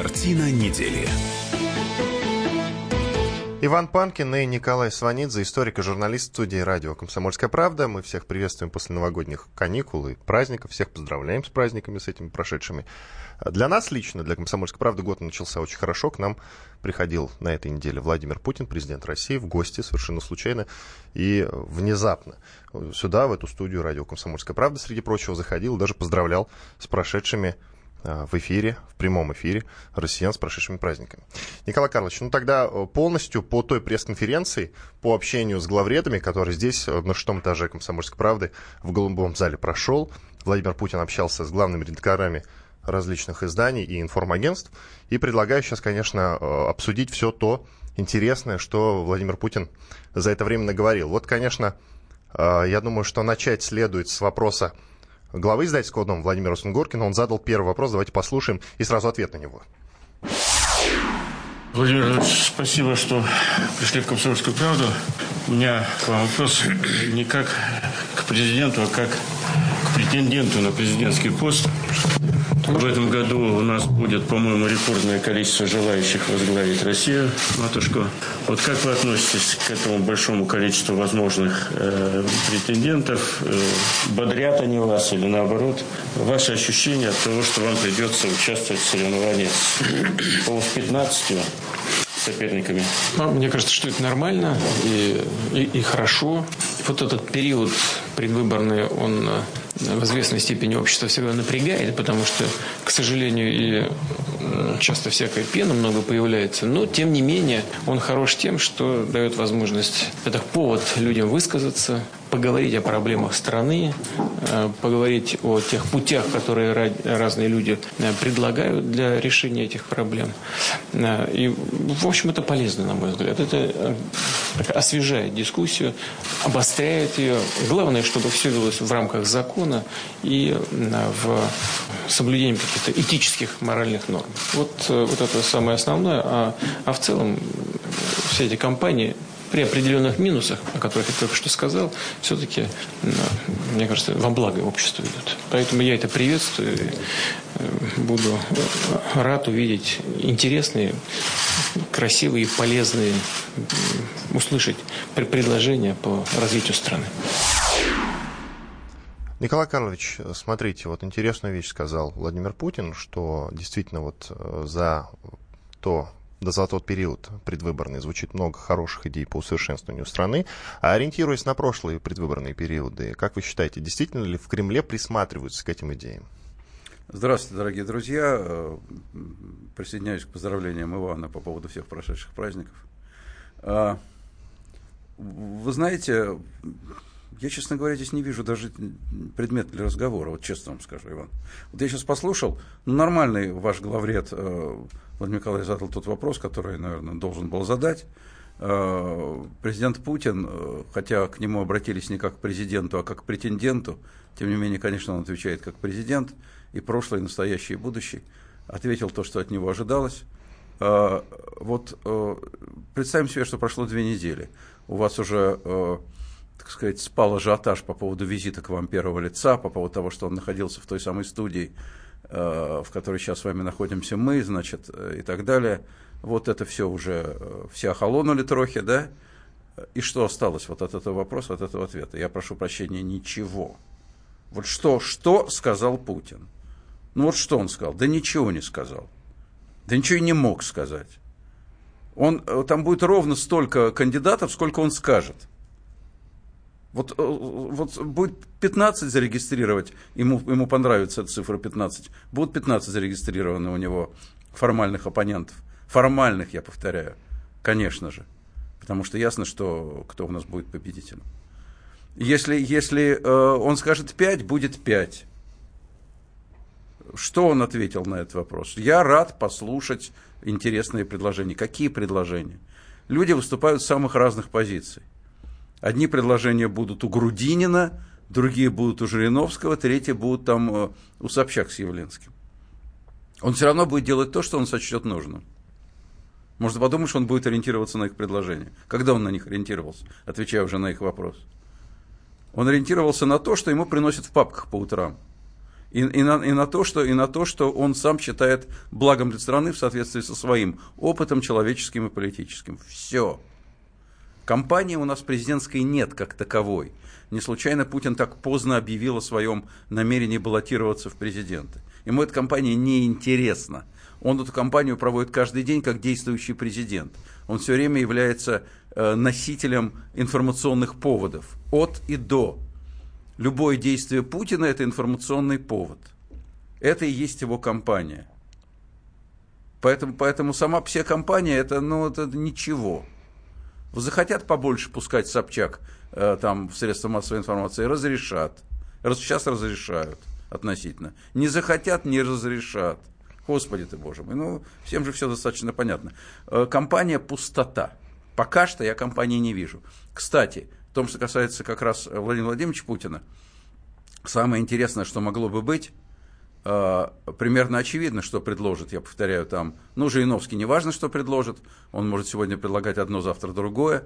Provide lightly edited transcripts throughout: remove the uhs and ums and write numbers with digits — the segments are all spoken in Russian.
Картина недели. Иван Панкин и Николай Сванидзе, историк и журналист студии радио «Комсомольская правда». Мы всех приветствуем после новогодних каникул и праздников. Всех поздравляем с праздниками, с этими прошедшими. Для нас лично, для «Комсомольской правды», год начался очень хорошо. К нам приходил на этой неделе Владимир Путин, президент России, в гости совершенно случайно и внезапно. Сюда, в эту студию радио «Комсомольская правда», среди прочего, заходил и даже поздравлял с прошедшими в эфире, в прямом эфире россиян с прошедшими праздниками. Николай Карлович, тогда полностью по той пресс-конференции, по общению с главредами, который здесь, на 6-м этаже «Комсомольской правды» в Голубом зале прошел, Владимир Путин общался с главными редакторами различных изданий и информагентств, и предлагаю сейчас, конечно, обсудить все то интересное, что Владимир Путин за это время наговорил. Вот, конечно, я думаю, что начать следует с вопроса главы издательского дома Владимира Сунгоркина. Он задал первый вопрос, давайте послушаем и сразу ответ на него. Владимир Ильич, спасибо, что пришли в «Комсомольскую правду». У меня к вам вопрос не как к президенту, а как к претенденту на президентский пост. В этом году у нас будет, по-моему, рекордное количество желающих возглавить Россию, матушку. Вот как вы относитесь к этому большому количеству возможных претендентов? Бодрят они вас или наоборот? Ваши ощущения от того, что вам придется участвовать в соревнованиях с 15 соперниками? Мне кажется, что это нормально и хорошо. Вот этот период предвыборный, он в известной степени общество всегда напрягает, потому что, к сожалению, и часто всякая пена много появляется. Но, тем не менее, он хорош тем, что дает возможность, это повод людям высказаться, поговорить о проблемах страны, поговорить о тех путях, которые разные люди предлагают для решения этих проблем. И, в общем, это полезно, на мой взгляд. Это освежает дискуссию, обостряет ее. Главное, чтобы все велось в рамках закона и в соблюдении каких-то этических, моральных норм. Вот это самое основное. А в целом все эти кампании при определенных минусах, о которых я только что сказал, все-таки, мне кажется, во благо обществу идут. Поэтому я это приветствую. Буду рад увидеть интересные, красивые, полезные, услышать предложения по развитию страны. Николай Карлович, смотрите, вот интересную вещь сказал Владимир Путин, что действительно вот за тот период предвыборный звучит много хороших идей по усовершенствованию страны. А ориентируясь на прошлые предвыборные периоды, как вы считаете, действительно ли в Кремле присматриваются к этим идеям? Здравствуйте, дорогие друзья. Присоединяюсь к поздравлениям Ивана по поводу всех прошедших праздников. Вы знаете, я, честно говоря, здесь не вижу даже предмета для разговора, вот честно вам скажу, Иван. Вот я сейчас послушал, нормальный ваш главред Владимир Николаевич задал тот вопрос, который, наверное, должен был задать. Президент Путин, хотя к нему обратились не как к президенту, а как к претенденту, тем не менее, конечно, он отвечает как президент, и прошлый, и настоящий, и будущий, ответил то, что от него ожидалось. Вот представим себе, что прошло 2 недели. У вас уже, так сказать, спал ажиотаж по поводу визита к вам первого лица, по поводу того, что он находился в той самой студии, в которой сейчас с вами находимся мы, значит, и так далее. Вот это все уже, все охолонули трохи, да? И что осталось вот от этого вопроса, от этого ответа? Я прошу прощения, ничего. Вот что сказал Путин? Ну вот что он сказал? Да ничего не сказал. Да ничего и не мог сказать. Там будет ровно столько кандидатов, сколько он скажет. Вот будет 15 зарегистрировать, ему понравится эта цифра 15, будут 15 зарегистрированы у него формальных оппонентов. Формальных, я повторяю, конечно же. Потому что ясно, что кто у нас будет победителем. Если он скажет 5, будет 5. Что он ответил на этот вопрос? Я рад послушать интересные предложения. Какие предложения? Люди выступают с самых разных позиций. Одни предложения будут у Грудинина, другие будут у Жириновского, третьи будут там у Собчак с Явленским. Он все равно будет делать то, что он сочтет нужным. Можно подумать, что он будет ориентироваться на их предложения. Когда он на них ориентировался? Отвечая уже на их вопрос. Он ориентировался на то, что ему приносят в папках по утрам. И на то, что он сам считает благом для страны в соответствии со своим опытом человеческим и политическим. Все. Кампании у нас президентской нет как таковой. Не случайно Путин так поздно объявил о своем намерении баллотироваться в президенты. Ему эта кампания не интересна. Он эту кампанию проводит каждый день как действующий президент. Он все время является носителем информационных поводов. От и до. Любое действие Путина – это информационный повод. Это и есть его кампания. Поэтому сама вся кампания – это ничего. Захотят побольше пускать Собчак там, в средства массовой информации – разрешат. Сейчас разрешают относительно. Не захотят – не разрешат. Господи ты, Боже мой. Всем же все достаточно понятно. Кампания – пустота. Пока что я кампании не вижу. Кстати, в том, что касается как раз Владимира Владимировича Путина, самое интересное, что могло бы быть, примерно очевидно, что предложит, я повторяю, там, Жириновский не важно, что предложит, он может сегодня предлагать одно, завтра другое,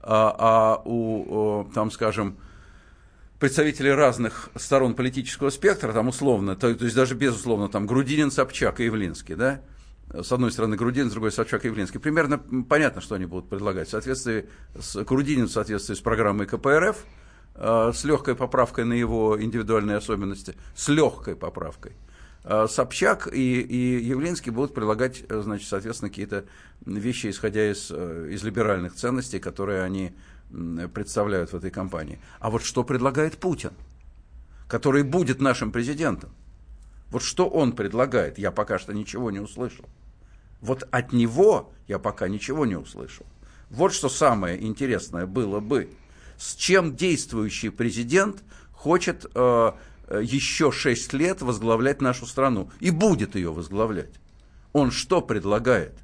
там, скажем, представители разных сторон политического спектра, там условно, то есть даже безусловно, там Грудинин, Собчак и Явлинский, да, с одной стороны Грудинин, с другой Собчак и Явлинский, примерно понятно, что они будут предлагать. В соответствии с Грудинин, в соответствии с программой КПРФ, с легкой поправкой на его индивидуальные особенности, с легкой поправкой. Собчак и Явлинский будут предлагать, значит, соответственно, какие-то вещи, исходя из либеральных ценностей, которые они представляют в этой кампании. А вот что предлагает Путин, который будет нашим президентом? Вот что он предлагает, я пока что ничего не услышал. Вот от него я пока ничего не услышал. Вот что самое интересное было бы. С чем действующий президент хочет еще 6 лет возглавлять нашу страну. И будет ее возглавлять. Он что предлагает?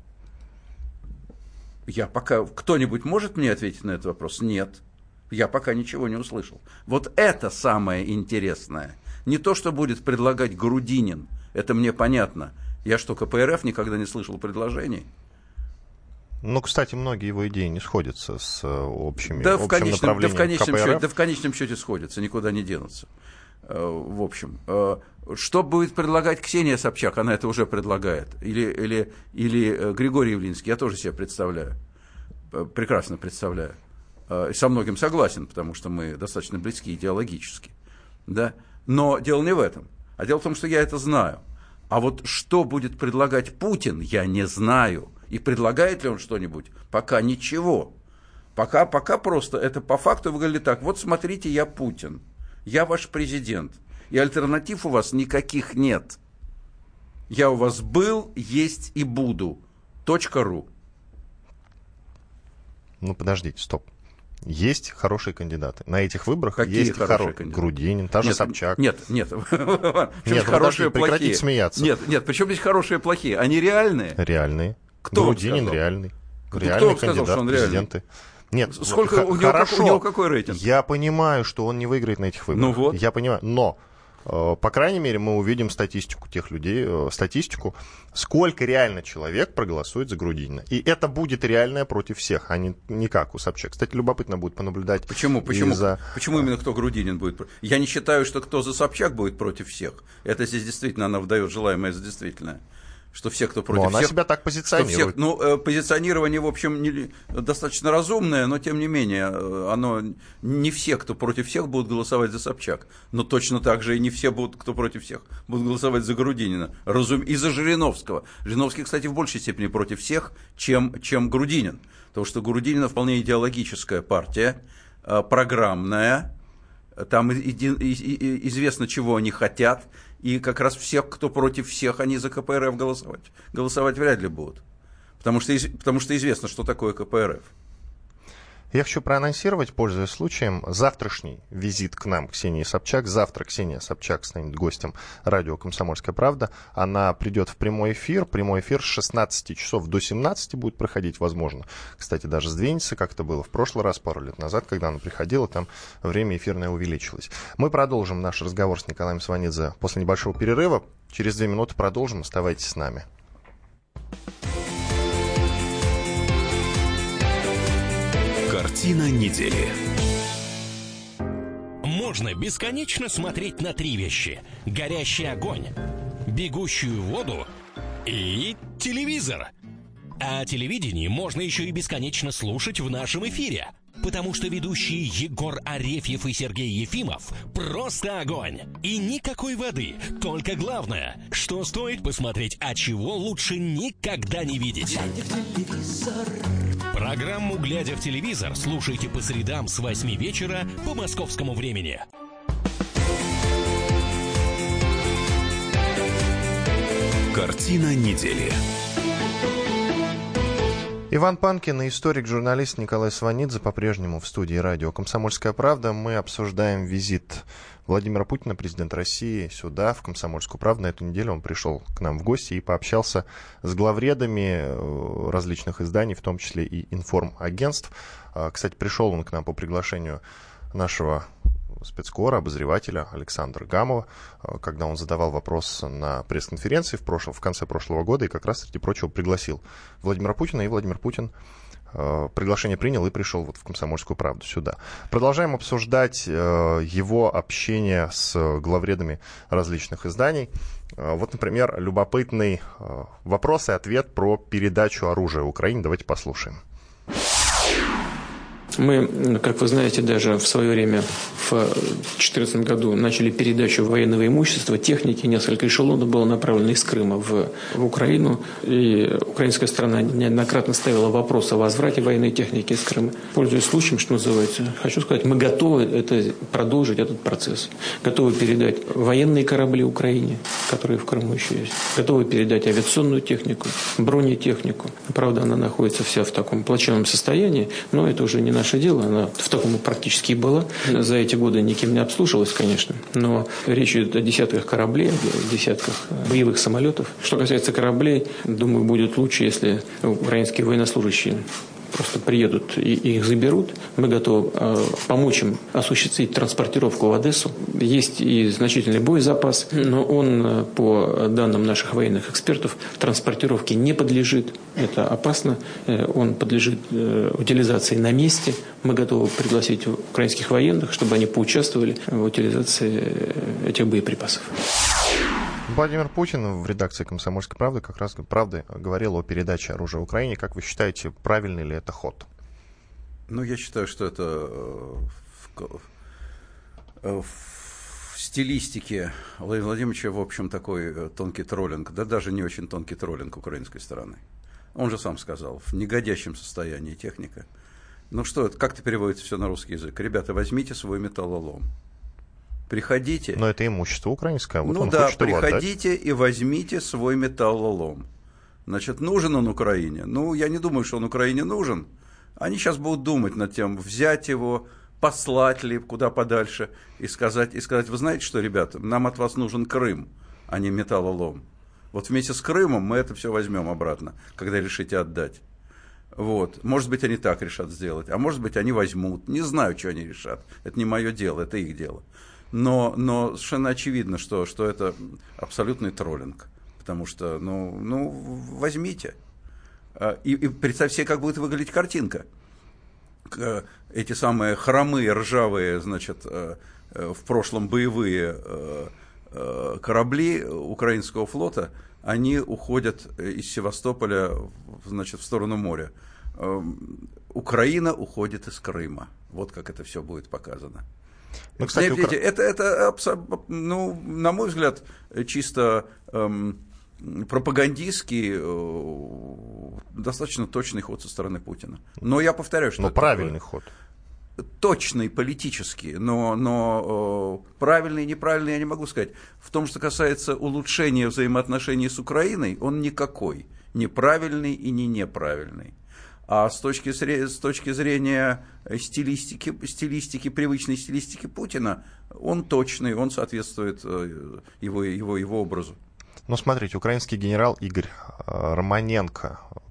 Кто-нибудь может мне ответить на этот вопрос? Нет. Я пока ничего не услышал. Вот это самое интересное. Не то, что будет предлагать Грудинин. Это мне понятно. Я что, КПРФ никогда не слышал предложений? Кстати, многие его идеи не сходятся с общим направлением КПРФ. В конечном счете сходятся, никуда не денутся. В общем, что будет предлагать Ксения Собчак, она это уже предлагает, или Григорий Явлинский, я тоже себе представляю, прекрасно представляю. И со многим согласен, потому что мы достаточно близки идеологически. Да? Но дело не в этом, а дело в том, что я это знаю. А вот что будет предлагать Путин, я не знаю. И предлагает ли он что-нибудь? Пока ничего. Пока просто это по факту выглядит так. Вот смотрите, я Путин. Я ваш президент. И альтернатив у вас никаких нет. Я у вас был, есть и буду. .ру. Подождите, стоп. Есть хорошие кандидаты. На этих выборах какие есть хорошие кандидаты? Грудинин, та же Собчак. Нет. Хорошие, прекратите смеяться. Нет, причем здесь хорошие и плохие? Они реальные? Реальные. Кто Грудинин реальный. Реальный кандидат в президенты. Нет, сколько у него какой рейтинг? Я понимаю, что он не выиграет на этих выборах. Вот. Я понимаю, но по крайней мере мы увидим статистику тех людей, сколько реально человек проголосует за Грудинина. И это будет реальное против всех, а не как у Собчак. Кстати, любопытно будет понаблюдать. Почему именно кто Грудинин будет? Я не считаю, что кто за Собчак будет против всех. Это здесь действительно она выдает желаемое за действительное. Что все, кто против всех... она себя так позиционирует. Позиционирование, в общем, достаточно разумное, но, тем не менее, оно не все, кто против всех, будут голосовать за Собчак. Но точно так же и не все, кто против всех, будут голосовать за Грудинина. И за Жириновского. Жириновский, кстати, в большей степени против всех, чем Грудинин. Потому что Грудинина вполне идеологическая партия, программная. Там известно, чего они хотят. И как раз всех, кто против всех, они за КПРФ голосовать. Голосовать вряд ли будут. Потому что известно, что такое КПРФ. Я хочу проанонсировать, пользуясь случаем, завтрашний визит к нам Ксении Собчак. Завтра Ксения Собчак станет гостем радио «Комсомольская правда». Она придет в прямой эфир. Прямой эфир с 16 часов до 17 будет проходить, возможно. Кстати, даже сдвинется, как это было в прошлый раз, пару лет назад, когда она приходила, там время эфирное увеличилось. Мы продолжим наш разговор с Николаем Сванидзе после небольшого перерыва. Через 2 минуты продолжим. Оставайтесь с нами. Картина недели. можно бесконечно смотреть на три вещи: горящий огонь, бегущую воду и телевизор. А телевидение можно еще и бесконечно слушать в нашем эфире, потому что ведущие Егор Арефьев и Сергей Ефимов просто огонь. И никакой воды, только главное, что стоит посмотреть, а чего лучше никогда не видеть. Глядя в телевизор. Программу «Глядя в телевизор» слушайте по средам с 8 вечера по московскому времени. Картина недели. Иван Панкин и историк-журналист Николай Сванидзе по-прежнему в студии радио «Комсомольская правда». Мы обсуждаем визит Владимира Путина, президента России, сюда, в «Комсомольскую правду». На эту неделю он пришел к нам в гости и пообщался с главредами различных изданий, в том числе и информагентств. Кстати, пришел он к нам по приглашению нашего спецкора, обозревателя Александра Гамова, когда он задавал вопрос на пресс-конференции в конце прошлого года, и как раз, среди прочего, пригласил Владимира Путина, и Владимир Путин приглашение принял и пришел вот в «Комсомольскую правду» сюда. Продолжаем обсуждать его общение с главредами различных изданий. Вот, например, любопытный вопрос и ответ про передачу оружия Украине. Давайте послушаем. Мы, как вы знаете, даже в свое время, в 2014 году, начали передачу военного имущества, техники. Несколько эшелонов было направлено из Крыма в Украину. И украинская сторона неоднократно ставила вопрос о возврате военной техники из Крыма. Пользуясь случаем, что называется, хочу сказать, мы готовы продолжить этот процесс. Готовы передать военные корабли Украине, которые в Крыму еще есть. Готовы передать авиационную технику, бронетехнику. Правда, она находится вся в таком плачевном состоянии, но это уже не наше дело, она в таком практически и была. За эти годы никем не обслуживалась, конечно, но речь идет о десятках кораблей, о десятках боевых самолетов. Что касается кораблей, думаю, будет лучше, если украинские военнослужащие просто приедут и их заберут. Мы готовы помочь им осуществить транспортировку в Одессу. Есть и значительный боезапас, но он, по данным наших военных экспертов, транспортировке не подлежит. Это опасно. Он подлежит утилизации на месте. Мы готовы пригласить украинских военных, чтобы они поучаствовали в утилизации этих боеприпасов. Владимир Путин в редакции «Комсомольской правды» как раз говорил о передаче оружия Украине. Как вы считаете, правильный ли это ход? Ну, я считаю, что это в стилистике Владимира Владимировича, в общем, такой тонкий троллинг, да даже не очень тонкий троллинг украинской стороны. Он же сам сказал, в негодящем состоянии техника. Ну что, как это переводится все на русский язык? Ребята, возьмите свой металлолом. Приходите. Но это имущество украинское. Вот ну да, приходите и возьмите свой металлолом. Значит, нужен он Украине? Ну, я не думаю, что он Украине нужен. Они сейчас будут думать над тем, взять его, послать ли куда подальше и сказать, вы знаете что, ребята, нам от вас нужен Крым, а не металлолом. Вот вместе с Крымом мы это все возьмем обратно, когда решите отдать. Вот. Может быть, они так решат сделать, а может быть, они возьмут. Не знаю, что они решат. Это не мое дело, это их дело. Но совершенно очевидно, что это абсолютный троллинг. Потому что, возьмите. И представьте себе, как будет выглядеть картинка. Эти самые хромые, ржавые, значит, в прошлом боевые корабли украинского флота, они уходят из Севастополя, значит, в сторону моря. Украина уходит из Крыма. Вот как это все будет показано. Ну, кстати, видите, это, на мой взгляд, чисто пропагандистский, достаточно точный ход со стороны Путина. Но я повторяю, что... Но правильный ход. Точный, политический, но правильный и неправильный я не могу сказать. В том, что касается улучшения взаимоотношений с Украиной, он никакой. Ни правильный и ни неправильный. А с точки зрения стилистики, привычной стилистики Путина, он точный, он соответствует его образу. Ну, смотрите, украинский генерал Игорь Романенко,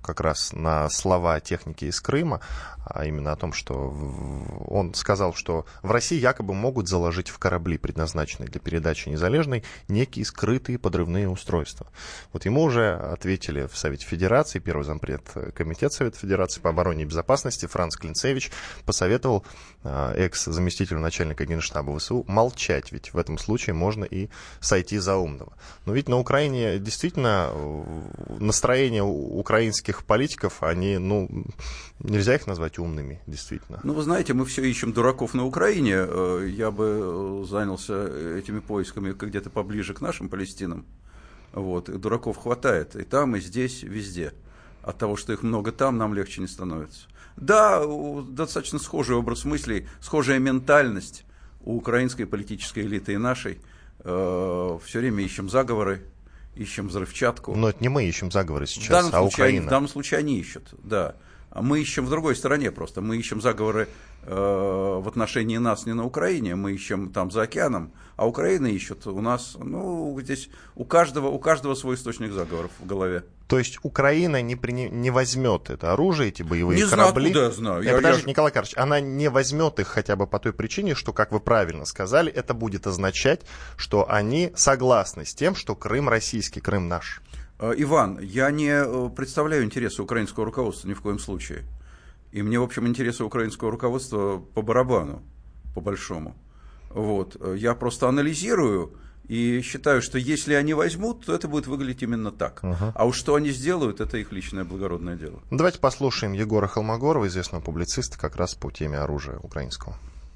как раз на слова техники из Крыма, а именно о том, что он сказал, что в России якобы могут заложить в корабли, предназначенные для передачи Незалежной, некие скрытые подрывные устройства. Вот ему уже ответили в Совете Федерации, первый зампред Комитета Совета Федерации по обороне и безопасности Франц Клинцевич посоветовал экс-заместителю начальника Генштаба ВСУ молчать, ведь в этом случае можно и сойти за умного. Но ведь на Украине действительно настроение украинских политиков, они, нельзя их назвать умными, действительно. Вы знаете, мы все ищем дураков на Украине. Я бы занялся этими поисками где-то поближе к нашим Палестинам. И дураков хватает и там, и здесь, везде. От того, что их много там, нам легче не становится. Да, достаточно схожий образ мыслей, схожая ментальность у украинской политической элиты и нашей. Все время ищем заговоры, ищем взрывчатку. Но это не мы ищем заговоры сейчас, а Украина. В данном случае они ищут, да. А мы ищем в другой стороне просто. Мы ищем заговоры в отношении нас не на Украине, мы ищем там за океаном, а Украина ищет у нас, здесь у каждого свой источник заговоров в голове. То есть Украина не возьмет это оружие, эти боевые не корабли? Не знаю, Подождите, Николай Карлович, она не возьмет их хотя бы по той причине, что, как вы правильно сказали, это будет означать, что они согласны с тем, что Крым российский, Крым наш. Иван, я не представляю интересы украинского руководства ни в коем случае. И мне, в общем, интересы украинского руководства по барабану, по большому. Я просто анализирую и считаю, что если они возьмут, то это будет выглядеть именно так. А уж что они сделают, это их личное благородное дело. Давайте послушаем Егора Холмогорова, известного публициста, как раз по теме оружия украинского.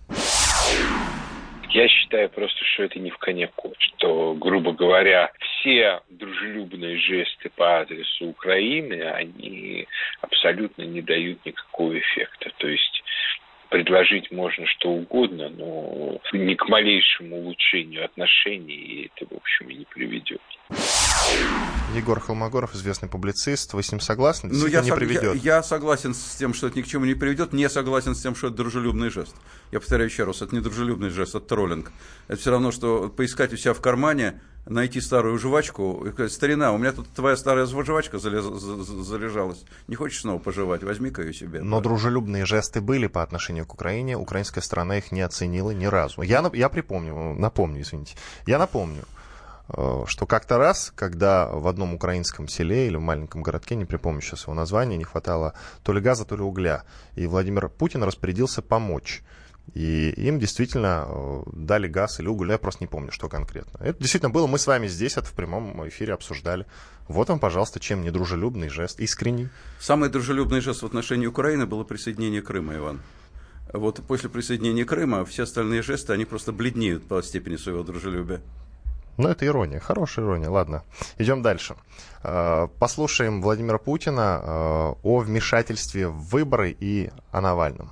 Я считаю просто, что это не в коньяку, что, грубо говоря, все дружелюбные жесты по адресу Украины, они абсолютно не дают никакого эффекта. То есть предложить можно что угодно, но ни к малейшему улучшению отношений это, в общем, и не приведет. Егор Холмогоров, известный публицист. Вы с ним согласны? Не приведет. Я согласен с тем, что это ни к чему не приведет. Не согласен с тем, что это дружелюбный жест. Я повторяю еще раз, это не дружелюбный жест, это троллинг. Это все равно, что поискать у себя в кармане, найти старую жвачку и сказать: старина, у меня тут твоя старая жвачка залежалась. Не хочешь снова пожевать? Возьми-ка ее себе. Но дружелюбные жесты были по отношению к Украине. Украинская сторона их не оценила ни разу. Я напомню, что как-то раз, когда в одном украинском селе или в маленьком городке, не припомню сейчас его название, не хватало то ли газа, то ли угля, и Владимир Путин распорядился помочь. И им действительно дали газ или уголь, я просто не помню, что конкретно. Это действительно было, мы с вами здесь это в прямом эфире обсуждали. Вот вам, пожалуйста, чем не дружелюбный жест, искренний. Самый дружелюбный жест в отношении Украины было присоединение Крыма, Иван. После присоединения Крыма все остальные жесты, они просто бледнеют по степени своего дружелюбия. Это ирония, хорошая ирония. Ладно, идем дальше. Послушаем Владимира Путина о вмешательстве в выборы и о Навальном.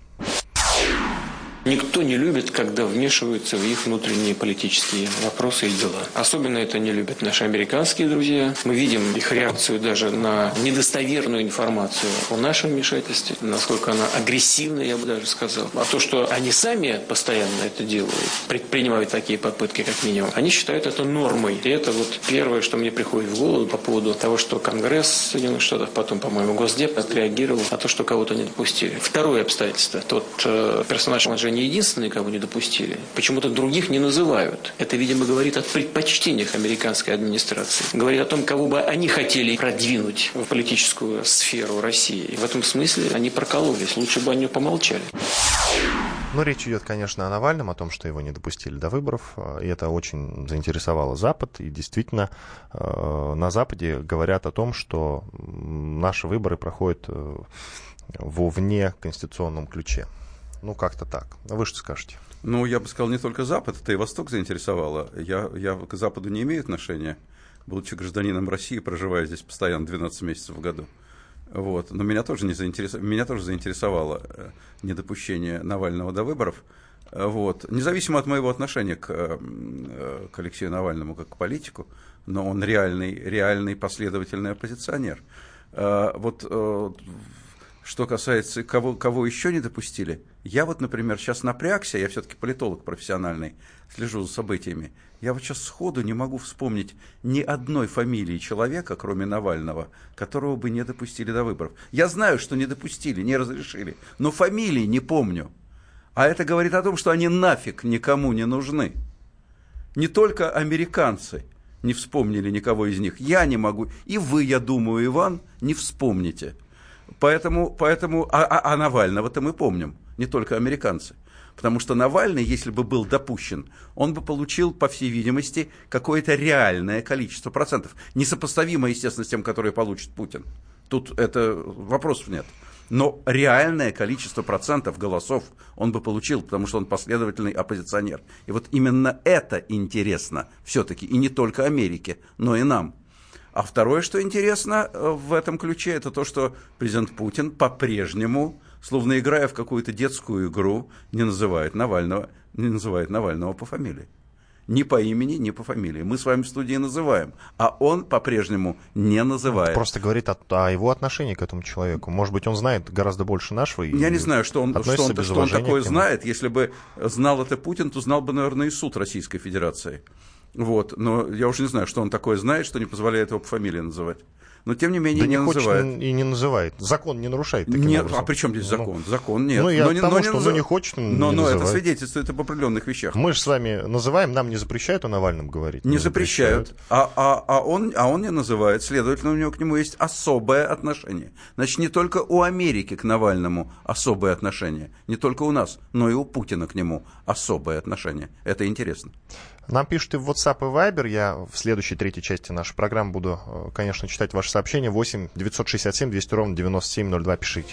Никто не любит, когда вмешиваются в их внутренние политические вопросы и дела. Особенно это не любят наши американские друзья. Мы видим их реакцию даже на недостоверную информацию о нашем вмешательстве, насколько она агрессивна, я бы даже сказал. А то, что они сами постоянно это делают, предпринимают такие попытки, как минимум, они считают это нормой. И это первое, что мне приходит в голову по поводу того, что Конгресс Соединенных Штатов, потом, по-моему, Госдеп отреагировал на то, что кого-то не допустили. Второе обстоятельство. Тот персонаж, он же не единственные, кого не допустили. Почему-то других не называют. Это, видимо, говорит о предпочтениях американской администрации. Говорит о том, кого бы они хотели продвинуть в политическую сферу России. И в этом смысле они прокололись. Лучше бы они помолчали. Речь идет, конечно, о Навальном, о том, что его не допустили до выборов. И это очень заинтересовало Запад. И действительно, на Западе говорят о том, что наши выборы проходят во внеконституционном ключе. Как-то так. А вы что скажете? Я бы сказал, не только Запад, это и Восток заинтересовало. Я к Западу не имею отношения, будучи гражданином России, проживая здесь постоянно 12 месяцев в году. Но меня тоже заинтересовало недопущение Навального до выборов. Независимо от моего отношения к Алексею Навальному как к политику, но он реальный последовательный оппозиционер. Что касается, кого еще не допустили, я вот, например, сейчас напрягся, я все-таки политолог профессиональный, слежу за событиями, я вот сейчас сходу не могу вспомнить ни одной фамилии человека, кроме Навального, которого бы не допустили до выборов. Я знаю, что не допустили, не разрешили, но фамилии не помню. А это говорит о том, что они нафиг никому не нужны. Не только американцы не вспомнили никого из них, я не могу, и вы, я думаю, Иван, не вспомните. Поэтому Навального-то мы помним, не только американцы. Потому что Навальный, если бы был допущен, он бы получил, по всей видимости, какое-то реальное количество процентов. Несопоставимо, естественно, с тем, которое получит Путин. Тут это вопросов нет. Но реальное количество процентов голосов он бы получил, потому что он последовательный оппозиционер. И вот именно это интересно все-таки, и не только Америке, но и нам. А второе, что интересно в этом ключе, это то, что президент Путин по-прежнему, словно играя в какую-то детскую игру, не называет Навального по фамилии. Ни по имени, ни по фамилии. Мы с вами в студии называем, а он по-прежнему не называет. Это просто говорит о его отношении к этому человеку. Может быть, он знает гораздо больше нашего. Я не знаю, что он такое знает. Если бы знал это Путин, то знал бы, наверное, и суд Российской Федерации. Вот. Но я уже не знаю, что он такое знает, что не позволяет его по фамилии называть. Но, тем не менее, да не называет. И не называет. Закон не нарушает таким нет, образом. А при чем здесь закон? Закон нет. Ну, не хочет, но это свидетельствует об определенных вещах. Мы же с вами называем, нам не запрещают о Навальном говорить. Не запрещают. А он не называет. Следовательно, у него к нему есть особое отношение. Значит, не только у Америки к Навальному особое отношение, не только у нас, но и у Путина к нему особое отношение. Это интересно. Нам пишут и в WhatsApp, и Viber. Я в следующей, третьей части нашей программы буду, конечно, читать ваши сообщения. 8 967 200 ровно 9702. Пишите.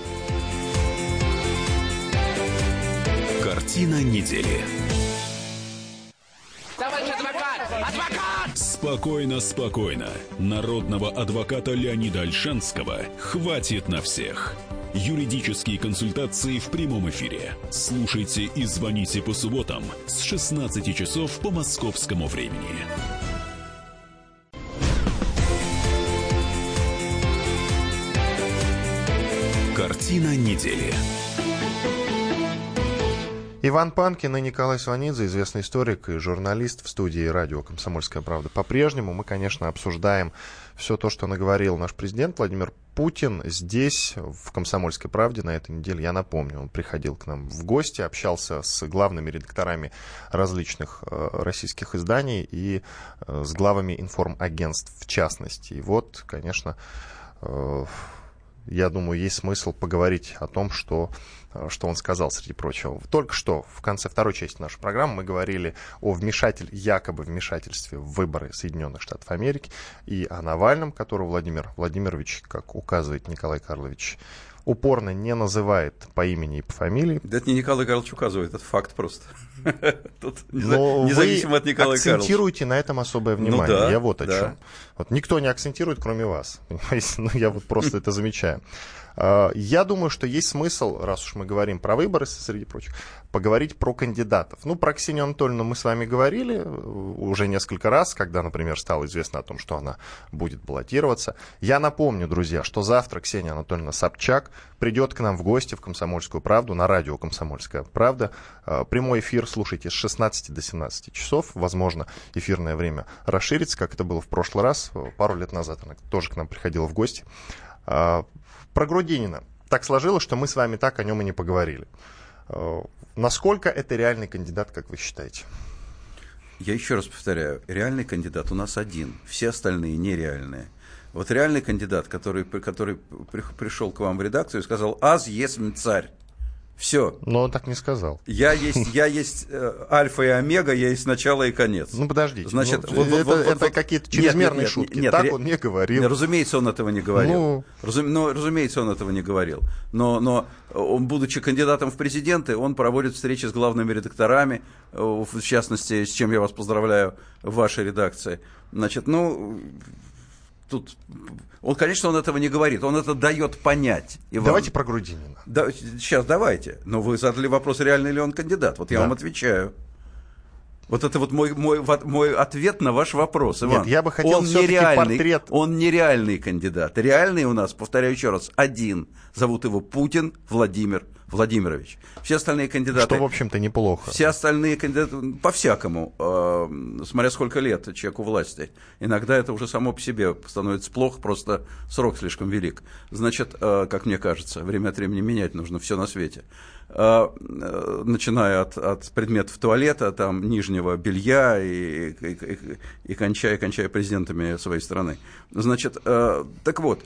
Картина недели. Товарищ адвокат! Адвокат! Спокойно, спокойно. Народного адвоката Леонида Ольшанского хватит на всех. Юридические консультации в прямом эфире. Слушайте и звоните по субботам с 16 часов по московскому времени. Картина недели. Иван Панкин и Николай Сванидзе, известный историк и журналист, в студии радио «Комсомольская правда». По-прежнему мы, конечно, обсуждаем все то, что наговорил наш президент Владимир Путин здесь, в «Комсомольской правде» на этой неделе. Я напомню, он приходил к нам в гости, общался с главными редакторами различных российских изданий и с главами информагентств в частности. И вот, конечно, я думаю, есть смысл поговорить о том, что он сказал, среди прочего. Только что, в конце второй части нашей программы, мы говорили о якобы вмешательстве в выборы Соединенных Штатов Америки и о Навальном, которого Владимир Владимирович, как указывает Николай Карлович, упорно не называет по имени и по фамилии. Да это не Николай Карлович указывает, это факт просто. Тут независимо от Николая Карловича. Вы акцентируете на этом особое внимание. Я вот о чем. Вот никто не акцентирует, кроме вас. Я вот просто это замечаю. Я думаю, что есть смысл, раз уж мы говорим про выборы, среди прочих, поговорить про кандидатов. Про Ксению Анатольевну мы с вами говорили уже несколько раз, когда, например, стало известно о том, что она будет баллотироваться. Я напомню, друзья, что завтра Ксения Анатольевна Собчак придет к нам в гости в «Комсомольскую правду» на радио «Комсомольская правда». Прямой эфир слушайте с 16 до 17 часов. Возможно, эфирное время расширится, как это было в прошлый раз. Пару лет назад она тоже к нам приходила в гости. Про Грудинина. Так сложилось, что мы с вами так о нем и не поговорили. Насколько это реальный кандидат, как вы считаете? Я еще раз повторяю, реальный кандидат у нас один, все остальные нереальные. Вот реальный кандидат, который пришел к вам в редакцию и сказал: «Аз есмь царь». Все. Но он так не сказал. Я есть альфа и омега, я есть начало и конец. Подождите. Значит, это какие-то чрезмерные шутки. Нет, так он не говорил. Нет, разумеется, он этого не говорил. Разумеется, он этого не говорил. Но он, будучи кандидатом в президенты, он проводит встречи с главными редакторами, в частности, с чем я вас поздравляю, в вашей редакции. Значит, тут, конечно, он этого не говорит, он это дает понять. Иван. Давайте про Грудинина. Сейчас давайте. Но вы задали вопрос, реальный ли он кандидат. Вот я вам отвечаю. Вот это вот мой ответ на ваш вопрос, Иван. Нет, я бы хотел все-таки портрет. Он нереальный кандидат. Реальный у нас, повторяю еще раз, один. Зовут его Путин Владимир Владимирович. Все остальные кандидаты... Что, в общем-то, неплохо. Все остальные кандидаты, по-всякому, смотря сколько лет человеку власти. Иногда это уже само по себе становится плохо, просто срок слишком велик. Значит, как мне кажется, время от времени менять нужно все на свете. Начиная от предметов туалета, там, нижнего белья и кончая президентами своей страны. Значит, так вот,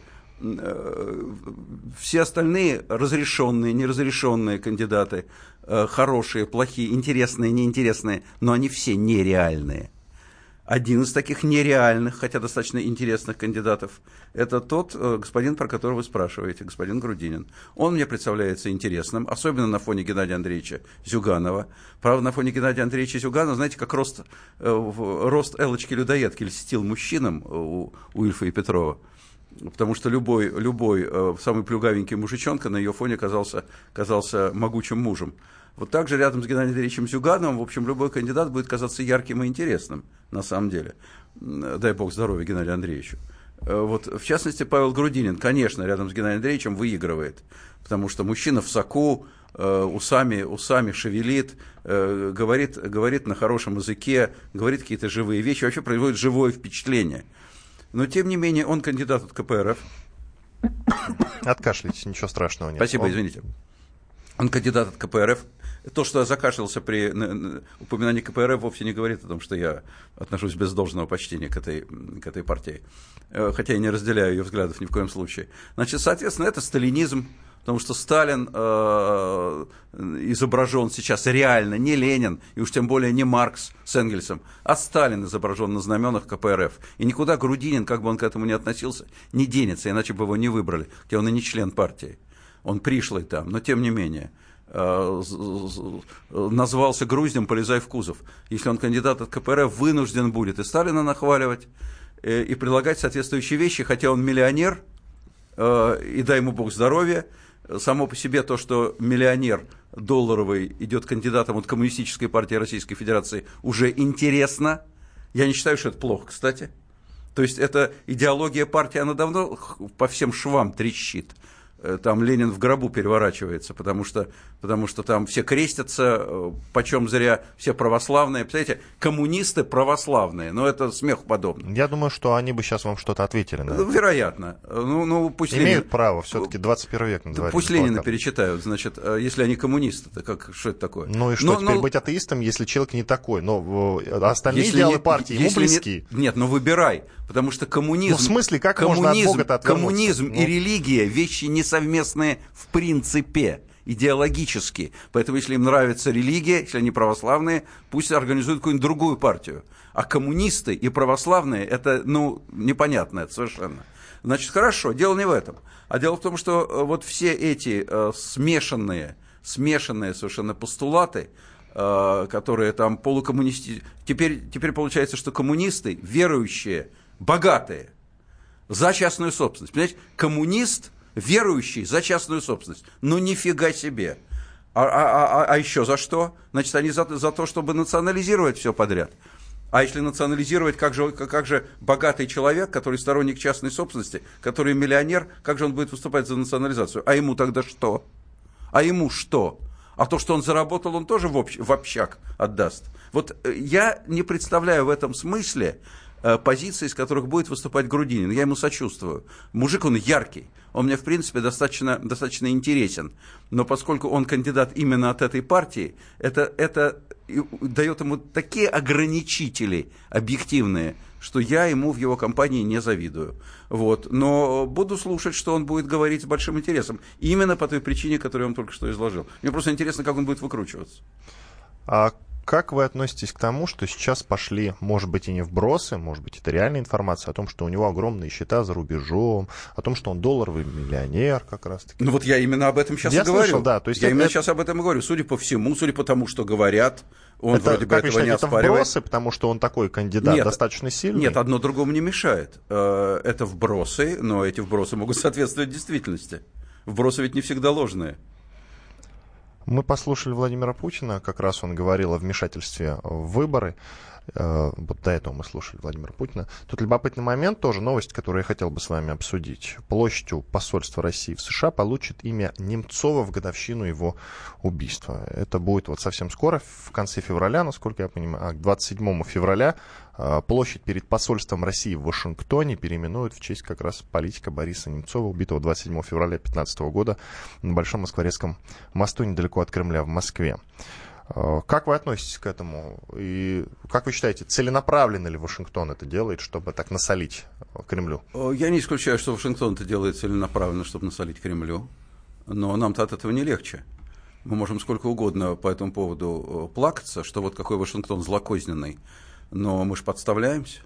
все остальные разрешенные, неразрешенные кандидаты, хорошие, плохие, интересные, неинтересные, но они все нереальные. Один из таких нереальных, хотя достаточно интересных кандидатов, это тот господин, про которого вы спрашиваете, господин Грудинин. Он мне представляется интересным, особенно на фоне Геннадия Андреевича Зюганова. Правда, на фоне Геннадия Андреевича Зюганова, знаете, как рост Эллочки-людоедки льстил мужчинам у Ильфа и Петрова. Потому что любой самый плюгавенький мужичонка на ее фоне казался могучим мужем. Вот так же рядом с Геннадием Андреевичем Зюгановым, в общем, любой кандидат будет казаться ярким и интересным, на самом деле. Дай бог здоровья Геннадию Андреевичу. Вот, в частности, Павел Грудинин, конечно, рядом с Геннадием Андреевичем выигрывает, потому что мужчина в соку, усами шевелит, говорит на хорошем языке, говорит какие-то живые вещи, вообще производит живое впечатление. Но, тем не менее, он кандидат от КПРФ. Откашляйтесь, ничего страшного нет. Спасибо, извините. Он кандидат от КПРФ. То, что я закашлялся при упоминании КПРФ, вовсе не говорит о том, что я отношусь без должного почтения к этой партии. Хотя я не разделяю ее взглядов ни в коем случае. Значит, соответственно, это сталинизм, потому что Сталин изображен сейчас реально, не Ленин, и уж тем более не Маркс с Энгельсом, а Сталин изображен на знаменах КПРФ. И никуда Грудинин, как бы он к этому ни относился, не денется, иначе бы его не выбрали, хотя он и не член партии. Он пришлый там, но тем не менее. Назвался груздем, полезай в кузов. Если он кандидат от КПРФ, вынужден будет и Сталина нахваливать, и предлагать соответствующие вещи, хотя он миллионер, и дай ему бог здоровья. Само по себе то, что миллионер долларовый идет кандидатом от Коммунистической партии Российской Федерации, уже интересно. Я не считаю, что это плохо, кстати. То есть эта идеология партии, она давно по всем швам трещит. Там Ленин в гробу переворачивается, потому что там все крестятся, почем зря, все православные. Представляете, коммунисты православные, но это смеху подобно. Я думаю, что они бы сейчас вам что-то ответили. Да? Вероятно. Ну, пусть имеют право, все-таки 21 век называется. Пусть Ленина перечитают, значит, если они коммунисты, то что это такое? Ну и что, теперь быть атеистом, если человек не такой? Но остальные идеалы партии ему близки. Нет, но выбирай, потому что коммунизм... Ну, в смысле, как можно от Бога-то отвернуться? Коммунизм и религия — вещи несовместные в принципе, идеологически. Поэтому, если им нравится религия, если они православные, пусть организуют какую-нибудь другую партию. А коммунисты и православные — это, непонятно, это совершенно. Значит, хорошо, дело не в этом. А дело в том, что вот все эти смешанные совершенно постулаты, которые там полукоммунисты... Теперь получается, что коммунисты, верующие, богатые, за частную собственность. Понимаете, коммунист, верующий, за частную собственность. Ну, нифига себе. А еще за что? Значит, они за то, чтобы национализировать все подряд. А если национализировать, как же богатый человек, который сторонник частной собственности, который миллионер, как же он будет выступать за национализацию? А ему тогда что? А ему что? А то, что он заработал, он тоже в общак отдаст. Вот я не представляю в этом смысле позиции, из которых будет выступать Грудинин. Я ему сочувствую. Мужик, он яркий. Он мне, в принципе, достаточно интересен. Но поскольку он кандидат именно от этой партии, это дает ему такие ограничители объективные, что я ему в его кампании не завидую. Вот. Но буду слушать, что он будет говорить с большим интересом. Именно по той причине, которую я вам только что изложил. Мне просто интересно, как он будет выкручиваться. А как вы относитесь к тому, что сейчас пошли, может быть, и не вбросы, может быть, это реальная информация о том, что у него огромные счета за рубежом, о том, что он долларовый миллионер как раз-таки? Ну вот я именно об этом сейчас и говорю. Слышал, да, то есть именно сейчас об этом и говорю. Судя по всему, судя по тому, что говорят, он вроде бы этого не оспаривает. Это вбросы, потому что он такой кандидат достаточно сильный? Нет, одно другому не мешает. Это вбросы, но эти вбросы могут соответствовать действительности. Вбросы ведь не всегда ложные. Мы послушали Владимира Путина, как раз он говорил о вмешательстве в выборы. Вот до этого мы слушали Владимира Путина. Тут любопытный момент, тоже новость, которую я хотел бы с вами обсудить. Площадь у посольства России в США получит имя Немцова в годовщину его убийства. Это будет вот совсем скоро, в конце февраля, насколько я понимаю, 27 февраля площадь перед посольством России в Вашингтоне переименуют в честь как раз политика Бориса Немцова, убитого 27 февраля 2015 года на Большом Москворецком мосту недалеко от Кремля в Москве. Как вы относитесь к этому? И как вы считаете, целенаправленно ли Вашингтон это делает, чтобы так насолить Кремлю? Я не исключаю, что Вашингтон это делает целенаправленно, чтобы насолить Кремлю. Но нам-то от этого не легче. Мы можем сколько угодно по этому поводу плакаться, что вот какой Вашингтон злокозненный. Но мы же подставляемся.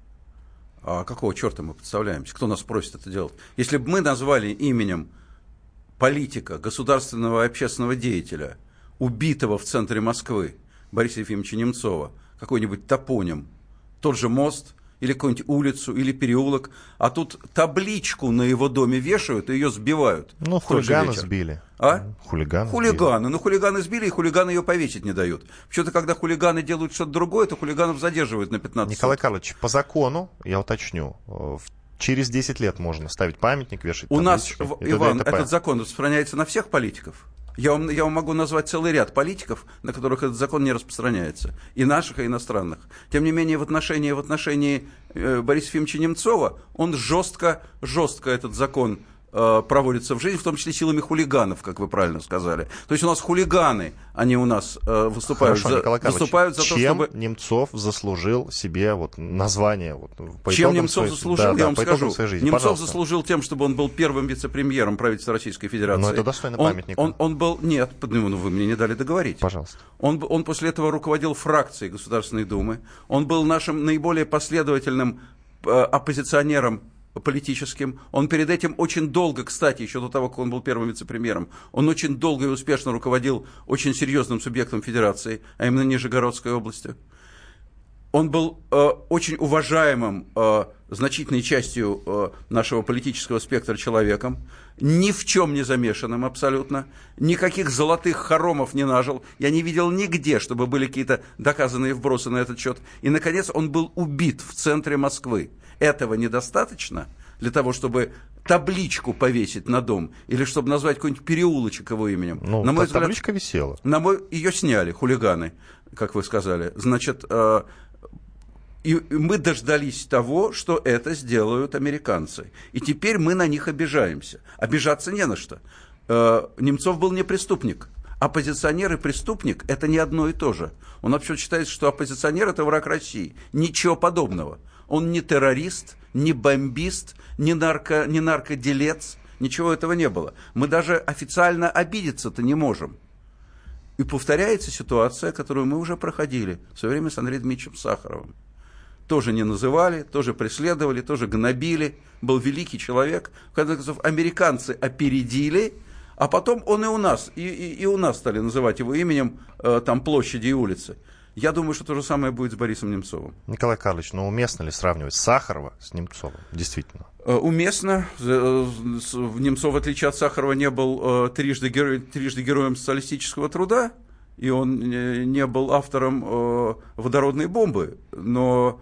А какого черта мы подставляемся? Кто нас просит это делать? Если бы мы назвали именем политика, государственного и общественного деятеля, убитого в центре Москвы, Бориса Ефимовича Немцова, какой-нибудь топоним, тот же мост, или какую-нибудь улицу, или переулок, а тут табличку на его доме вешают и ее сбивают. Ну, хулиганы сбили. А? Хулиганы. Ну, хулиганы сбили, и хулиганы ее повесить не дают. Почему-то, когда хулиганы делают что-то другое, то хулиганов задерживают на 15 Николай суток. Карлович, по закону, я уточню, через 10 лет можно ставить памятник, вешать У нас, таблички. Иван, этот закон распространяется на всех политиков. Я вам могу назвать целый ряд политиков, на которых этот закон не распространяется. И наших, и иностранных. Тем не менее, в отношении Бориса Ефимовича Немцова, он жестко этот закон проводится в жизнь, в том числе силами хулиганов, как вы правильно сказали. То есть у нас хулиганы, они у нас выступают, Хорошо, за то, чем чтобы... Немцов заслужил себе вот название? Вот, по Чем Немцов заслужил, я вам скажу. Немцов Пожалуйста. Заслужил тем, чтобы он был первым вице-премьером правительства Российской Федерации. Но это достойно памятника. Он был... Нет, вы мне не дали договорить. Пожалуйста. Он после этого руководил фракцией Государственной Думы. Он был нашим наиболее последовательным оппозиционером политическим. Он перед этим очень долго, кстати, еще до того, как он был первым вице-премьером, он очень долго и успешно руководил очень серьезным субъектом федерации, а именно Нижегородской областью. Он был очень уважаемым значительной частью нашего политического спектра человеком, ни в чем не замешанным абсолютно, никаких золотых хоромов не нажил, я не видел нигде, чтобы были какие-то доказанные вбросы на этот счет. И, наконец, он был убит в центре Москвы. Этого недостаточно для того, чтобы табличку повесить на дом или чтобы назвать какой-нибудь переулочек его именем. Ну, на мой взгляд, табличка висела. Ее сняли хулиганы, как вы сказали. Значит, и мы дождались того, что это сделают американцы. И теперь мы на них обижаемся. Обижаться не на что. Немцов был не преступник. Оппозиционер и преступник – это не одно и то же. Он вообще считает, что оппозиционер – это враг России. Ничего подобного. Он не террорист, не бомбист, не наркоделец. Ничего этого не было. Мы даже официально обидеться-то не можем. И повторяется ситуация, которую мы уже проходили в свое время с Андреем Дмитриевичем Сахаровым. Тоже не называли, тоже преследовали, тоже гнобили. Был великий человек. В конце концов, американцы опередили, а потом он и у нас, и у нас стали называть его именем там площади и улицы. Я думаю, что то же самое будет с Борисом Немцовым. Николай Карлович, но уместно ли сравнивать Сахарова с Немцовым? Действительно. Уместно. Немцов, в отличие от Сахарова, не был трижды героем социалистического труда, и он не был автором водородной бомбы. Но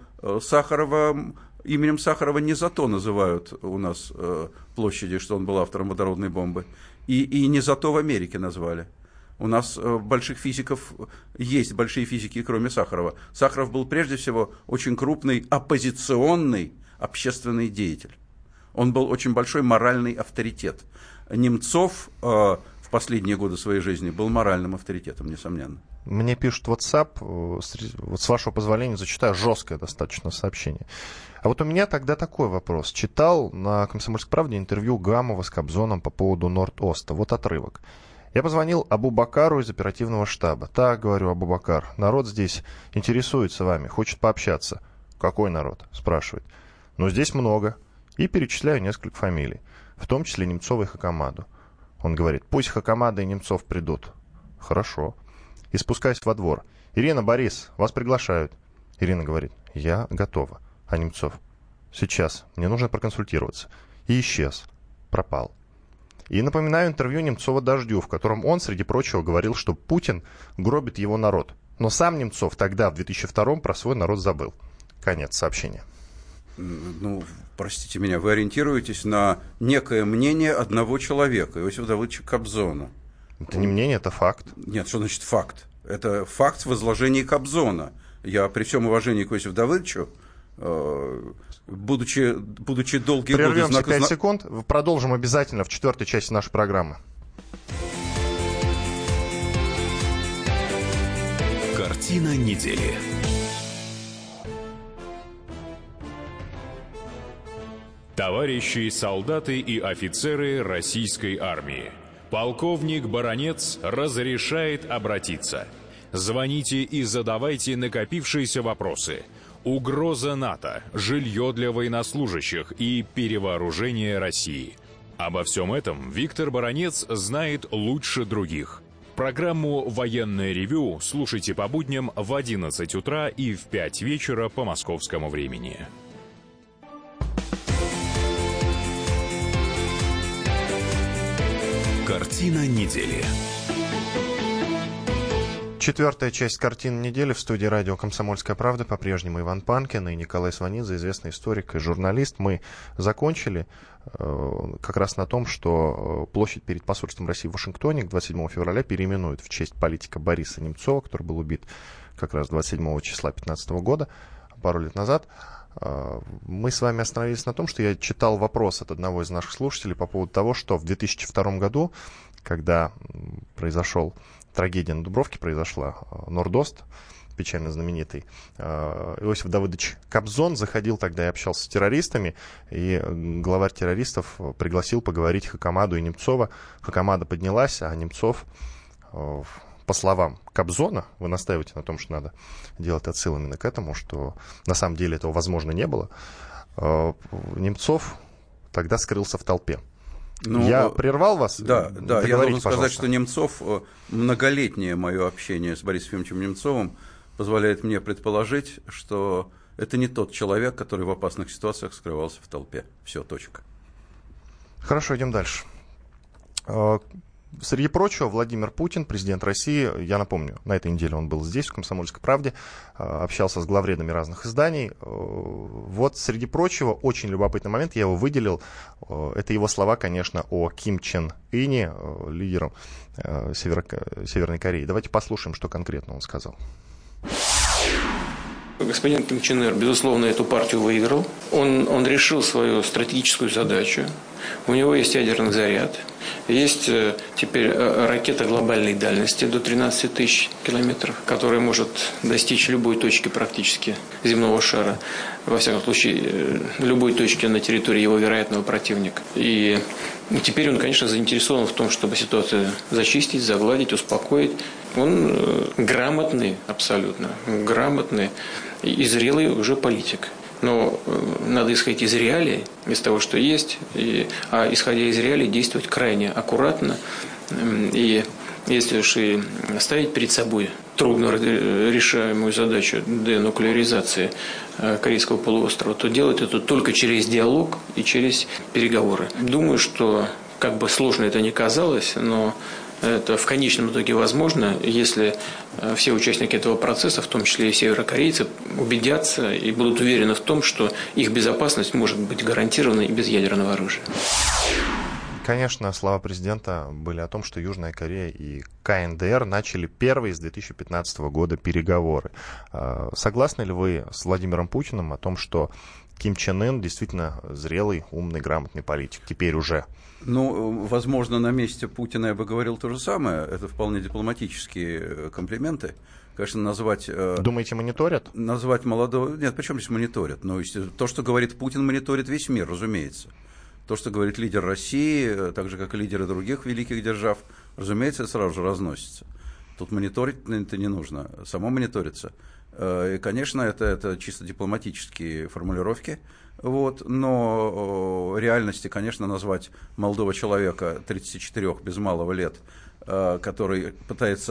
именем Сахарова не за то называют у нас площади, что он был автором водородной бомбы. И не за то в Америке назвали. У нас больших физиков есть, большие физики, кроме Сахарова. Сахаров был прежде всего очень крупный оппозиционный общественный деятель. Он был очень большой моральный авторитет. Немцов в последние годы своей жизни был моральным авторитетом, несомненно. Мне пишут в WhatsApp, вот с вашего позволения зачитаю жесткое достаточно сообщение. А вот у меня тогда такой вопрос. Читал на «Комсомольской правде» интервью Гамова с Кобзоном по поводу Норд-Оста. Вот отрывок. Я позвонил Абу-Бакару из оперативного штаба. Так, говорю, Абу-Бакар, народ здесь интересуется вами, хочет пообщаться. Какой народ? Спрашивает. Ну, здесь много. И перечисляю несколько фамилий, в том числе Немцова и Хакамаду. Он говорит, пусть Хакамада и Немцов придут. Хорошо. И спускаюсь во двор. Ирина, Борис, вас приглашают. Ирина говорит, я готова. А Немцов, сейчас, мне нужно проконсультироваться. И исчез. Пропал. И напоминаю интервью Немцова Дождю, в котором он, среди прочего, говорил, что Путин гробит его народ. Но сам Немцов тогда, в 2002-м, про свой народ забыл. Конец сообщения. Ну, простите меня, вы ориентируетесь на некое мнение одного человека, Иосифа Давыдовича Кобзона. Это не мнение, это факт. Нет, что значит факт? Это факт в изложении Кобзона. Я при всем уважении к Иосифу Давыдовичу, будучи долгие годы... Прервемся 5 секунд, продолжим обязательно в 4-й части нашей программы. Картина недели. Товарищи солдаты и офицеры российской армии, полковник Баранец разрешает обратиться. Звоните и задавайте накопившиеся вопросы. Угроза НАТО, жилье для военнослужащих и перевооружение России. Обо всем этом Виктор Баранец знает лучше других. Программу «Военное ревю» слушайте по будням в 11 утра и в 5 вечера по московскому времени. Картина недели. 4-я часть картины недели в студии радио «Комсомольская правда». По-прежнему Иван Панкин и Николай Сванидзе, известный историк и журналист. Мы закончили как раз на том, что площадь перед посольством России в Вашингтоне к 27 февраля переименуют в честь политика Бориса Немцова, который был убит как раз 27 числа 2015 года, пару лет назад. Мы с вами остановились на том, что я читал вопрос от одного из наших слушателей по поводу того, что в 2002 году, когда трагедия на Дубровке произошла, Нордост, печально знаменитый, Иосиф Давыдович Кобзон заходил тогда и общался с террористами, и главарь террористов пригласил поговорить Хакамаду и Немцова. Хакамада поднялась, а Немцов, по словам Кобзона, вы настаиваете на том, что надо делать отсыл именно к этому, что на самом деле этого возможно не было, Немцов тогда скрылся в толпе. Я прервал вас? Да, я должен сказать, пожалуйста. что Немцов, многолетнее мое общение с Борисом Ефимовичем Немцовым позволяет мне предположить, что это не тот человек, который в опасных ситуациях скрывался в толпе. Все, точка. Хорошо, идем дальше. Среди прочего, Владимир Путин, президент России, я напомню, на этой неделе он был здесь, в «Комсомольской правде», общался с главредами разных изданий. Вот, среди прочего, очень любопытный момент, я его выделил, это его слова, конечно, о Ким Чен Ыне, лидером Северной Кореи. Давайте послушаем, что конкретно он сказал. Господин Ким Чен Ир, безусловно, эту партию выиграл. Он решил свою стратегическую задачу. У него есть ядерный заряд. Есть теперь ракета глобальной дальности до 13 тысяч километров, которая может достичь любой точки практически земного шара. Во всяком случае, любой точки на территории его вероятного противника. И теперь он, конечно, заинтересован в том, чтобы ситуацию зачистить, загладить, успокоить. Он грамотный, абсолютно грамотный и зрелый уже политик. Но надо исходить из реалий, из того, что есть, а исходя из реалий действовать крайне аккуратно. И если уж и ставить перед собой трудно решаемую задачу денуклеаризации Корейского полуострова, то делать это только через диалог и через переговоры. Думаю, что, как бы сложно это ни казалось, но это в конечном итоге возможно, если все участники этого процесса, в том числе и северокорейцы, убедятся и будут уверены в том, что их безопасность может быть гарантирована и без ядерного оружия. Конечно, слова президента были о том, что Южная Корея и КНДР начали первые с 2015 года переговоры. Согласны ли вы с Владимиром Путиным о том, что Ким Чен Ын действительно зрелый, умный, грамотный политик теперь уже? Ну, возможно, на месте Путина я бы говорил то же самое. Это вполне дипломатические комплименты. Конечно, назвать... Думаете, мониторят? Назвать молодого... Нет, причем здесь мониторят? Ну, то, что говорит Путин, мониторит весь мир, разумеется. То, что говорит лидер России, так же, как и лидеры других великих держав, разумеется, это сразу же разносится. Тут мониторить это не нужно. Само мониторится. И, конечно, это чисто дипломатические формулировки. Вот, но реальности, конечно, назвать молодого человека 34 без малого лет, который пытается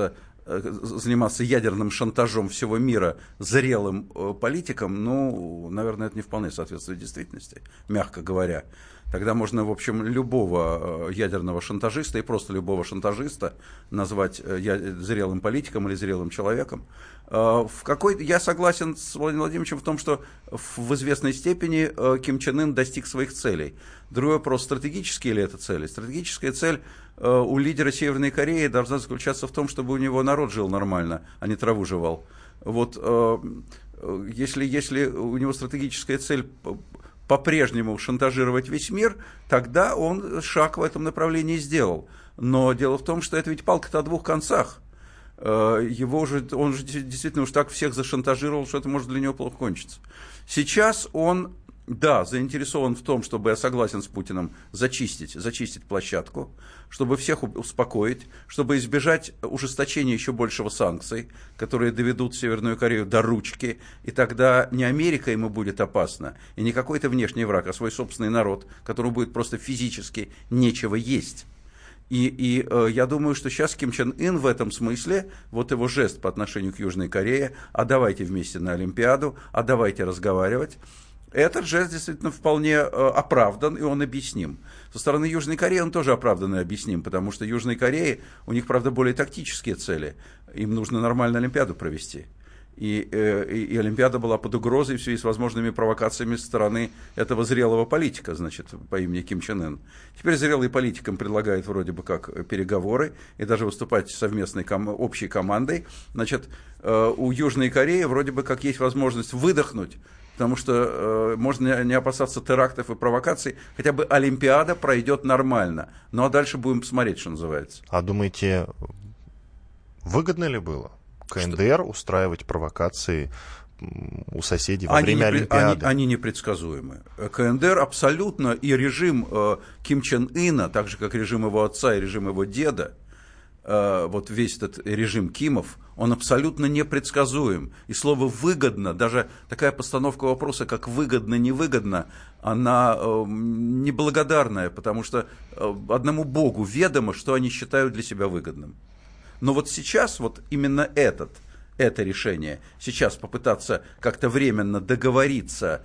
заниматься ядерным шантажом всего мира зрелым политикам, ну, наверное, это не вполне соответствует действительности, мягко говоря. Тогда можно, в общем, любого ядерного шантажиста и просто любого шантажиста назвать зрелым политиком или зрелым человеком. Я согласен с Владимиром Владимировичем в том, что в известной степени Ким Чен Ын достиг своих целей. Другой вопрос, стратегические ли это цели? Стратегическая цель у лидера Северной Кореи должна заключаться в том, чтобы у него народ жил нормально, а не траву жевал. Вот если у него стратегическая цель по-прежнему шантажировать весь мир, тогда он шаг в этом направлении сделал. Но дело в том, что это ведь палка-то о двух концах. Он же действительно уж так всех зашантажировал, что это может для него плохо кончиться. Сейчас он, да, заинтересован в том, чтобы, я согласен с Путиным, зачистить площадку, чтобы всех успокоить, чтобы избежать ужесточения еще большего санкций, которые доведут Северную Корею до ручки, и тогда не Америка ему будет опасна, и не какой-то внешний враг, а свой собственный народ, которому будет просто физически нечего есть. И я думаю, что сейчас Ким Чен Ын в этом смысле, вот его жест по отношению к Южной Корее, а давайте вместе на Олимпиаду, а давайте разговаривать, этот жест действительно вполне оправдан, и он объясним. Со стороны Южной Кореи он тоже оправдан и объясним, потому что Южной Корее, у них, правда, более тактические цели. Им нужно нормально Олимпиаду провести. И Олимпиада была под угрозой в связи с возможными провокациями со стороны этого зрелого политика, значит, по имени Ким Чен Ын. Теперь зрелый политик им предлагает вроде бы как переговоры и даже выступать совместной общей командой. Значит, у Южной Кореи вроде бы как есть возможность выдохнуть, потому что можно не опасаться терактов и провокаций, хотя бы Олимпиада пройдет нормально. Ну а дальше будем смотреть, что называется. А думаете, выгодно ли было КНДР устраивать провокации у соседей во время Олимпиады? Они непредсказуемы. КНДР абсолютно, и режим Ким Чен Ына, так же как режим его отца и режим его деда, вот весь этот режим Кимов, он абсолютно непредсказуем. И слово «выгодно», даже такая постановка вопроса, как «выгодно-невыгодно», она неблагодарная, потому что одному Богу ведомо, что они считают для себя выгодным. Но вот сейчас вот именно это решение, сейчас попытаться как-то временно договориться,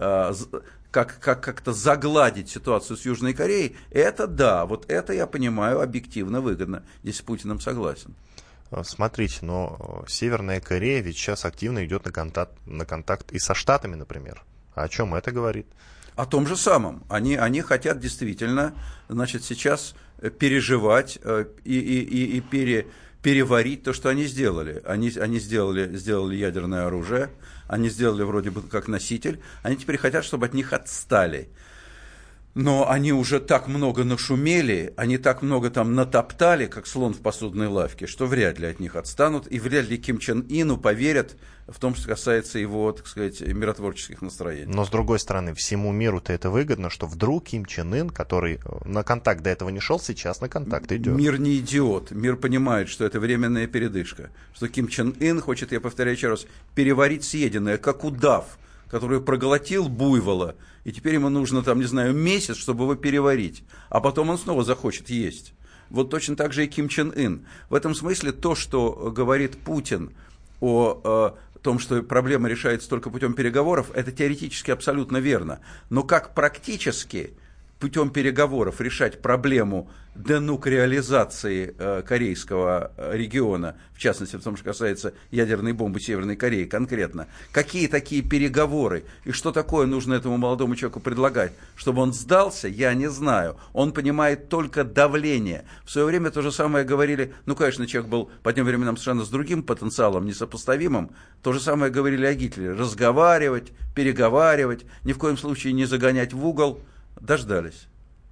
как-то загладить ситуацию с Южной Кореей, это да, вот это я понимаю объективно выгодно, здесь с Путиным согласен. Смотрите, но Северная Корея ведь сейчас активно идет на контакт и со Штатами, например. А о чем это говорит? О том же самом. Они хотят действительно, значит, сейчас переживать и переварить то, что они сделали. Они сделали ядерное оружие, они сделали вроде бы как носитель, они теперь хотят, чтобы от них отстали. Но они уже так много нашумели, они так много там натоптали, как слон в посудной лавке, что вряд ли от них отстанут, и вряд ли Ким Чен Ыну поверят в том, что касается его, так сказать, миротворческих настроений. Но, с другой стороны, всему миру-то это выгодно, что вдруг Ким Чен Ын, который на контакт до этого не шел, сейчас на контакт идет. Мир не идиот, мир понимает, что это временная передышка, что Ким Чен Ын хочет, я повторяю еще раз, переварить съеденное, как удав, который проглотил буйвола, и теперь ему нужно, там, не знаю, месяц, чтобы его переварить, а потом он снова захочет есть. Вот точно так же и Ким Чен Ын. В этом смысле то, что говорит Путин о том, что проблема решается только путем переговоров, это теоретически абсолютно верно. Но как практически путем переговоров решать проблему денуклеаризации корейского региона, в частности, в том, что касается ядерной бомбы Северной Кореи конкретно, какие такие переговоры и что такое нужно этому молодому человеку предлагать, чтобы он сдался, я не знаю. Он понимает только давление. В свое время то же самое говорили, ну, конечно, человек был по тем временам совершенно с другим потенциалом, несопоставимым, то же самое говорили о Гитлере. Разговаривать, переговаривать, ни в коем случае не загонять в угол. Дождались.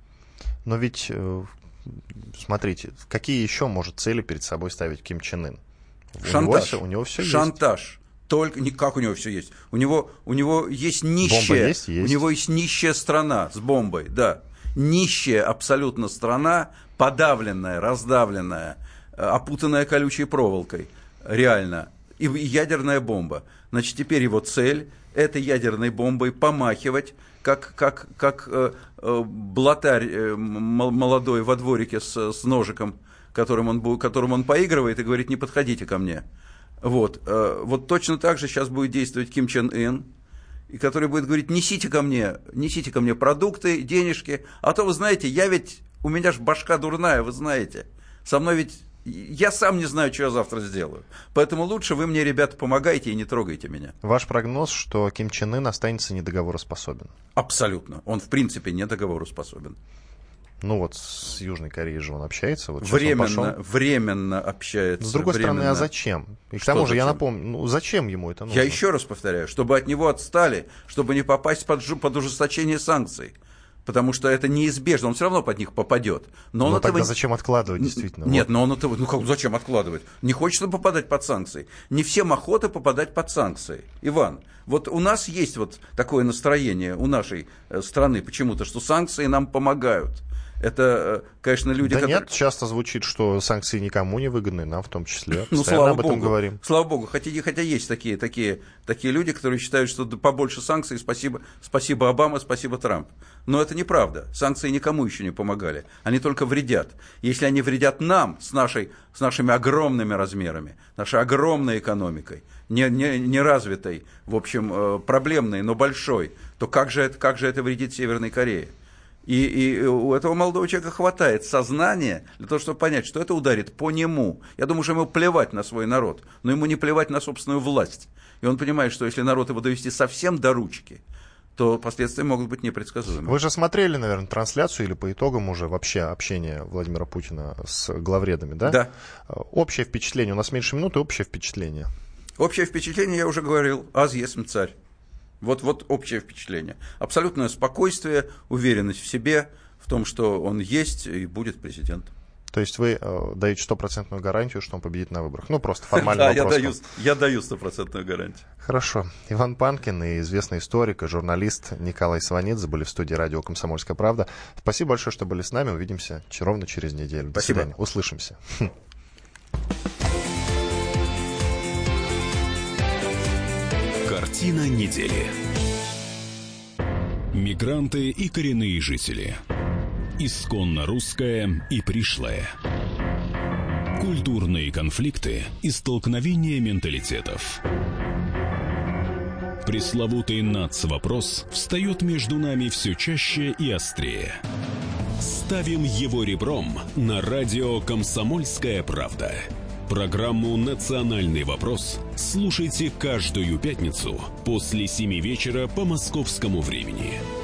Но ведь, смотрите, какие еще может цели перед собой ставить Ким Чен Ын? Шантаж. У него все Шантаж. Есть. Только как у него все есть? У него есть нищая. Есть? У него есть нищая страна с бомбой, да. Нищая абсолютно страна, подавленная, раздавленная, опутанная колючей проволокой. Реально. И ядерная бомба. Значит, теперь его цель этой ядерной бомбой помахивать, как блатарь молодой во дворике с ножиком, которым он поигрывает и говорит: не подходите ко мне. Вот точно так же сейчас будет действовать Ким Чен Ын, и который будет говорить: несите ко мне продукты, денежки, а то, вы знаете, у меня ж башка дурная, вы знаете, со мной ведь, я сам не знаю, что я завтра сделаю, поэтому лучше вы мне, ребята, помогайте и не трогайте меня. Ваш прогноз, что Ким Чен Ын останется недоговороспособен? Абсолютно, он в принципе недоговороспособен. Ну вот с Южной Кореей же он общается. Вот временно общается. С другой стороны, а зачем? И к тому же, я напомню, зачем ему это нужно? Я еще раз повторяю, чтобы от него отстали, чтобы не попасть под ужесточение санкций. Потому что это неизбежно, он все равно под них попадет. Но тогда зачем откладывать, действительно? Нет, но он этого... зачем откладывать? Не хочется попадать под санкции. Не всем охота попадать под санкции. Иван, вот у нас есть вот такое настроение у нашей страны почему-то, что санкции нам помогают. Это, конечно, люди, которые... нет, часто звучит, что санкции никому не выгодны, нам в том числе. Слава об этом богу, говорим. Слава богу, хотя есть такие люди, которые считают, что побольше санкций, спасибо Обама, спасибо Трамп. Но это неправда. Санкции никому еще не помогали. Они только вредят. Если они вредят нам с нашими огромными размерами, нашей огромной экономикой, неразвитой, в общем, проблемной, но большой, то как же это вредит Северной Корее? И у этого молодого человека хватает сознания для того, чтобы понять, что это ударит по нему. Я думаю, что ему плевать на свой народ, но ему не плевать на собственную власть. И он понимает, что если народ его довести совсем до ручки, то последствия могут быть непредсказуемы. Вы же смотрели, наверное, трансляцию или по итогам уже вообще общения Владимира Путина с главредами, да? Да. Общее впечатление, у нас меньше минуты, общее впечатление. Общее впечатление, я уже говорил, аз есмь царь. Вот общее впечатление. Абсолютное спокойствие, уверенность в себе, в том, что он есть и будет президентом. То есть вы даете 100% гарантию, что он победит на выборах? Ну, просто формально вопрос. Да, я даю 100% гарантию. Хорошо. Иван Панкин и известный историк и журналист Николай Сванидзе были в студии радио «Комсомольская правда». Спасибо большое, что были с нами. Увидимся ровно через неделю. Спасибо. До свидания. Услышимся. Картина недели. Мигранты и коренные жители. Исконно русское и пришлое. Культурные конфликты и столкновения менталитетов. Пресловутый нацвопрос встает между нами все чаще и острее. Ставим его ребром на радио «Комсомольская правда». Программу «Национальный вопрос» слушайте каждую пятницу после 7 вечера по московскому времени.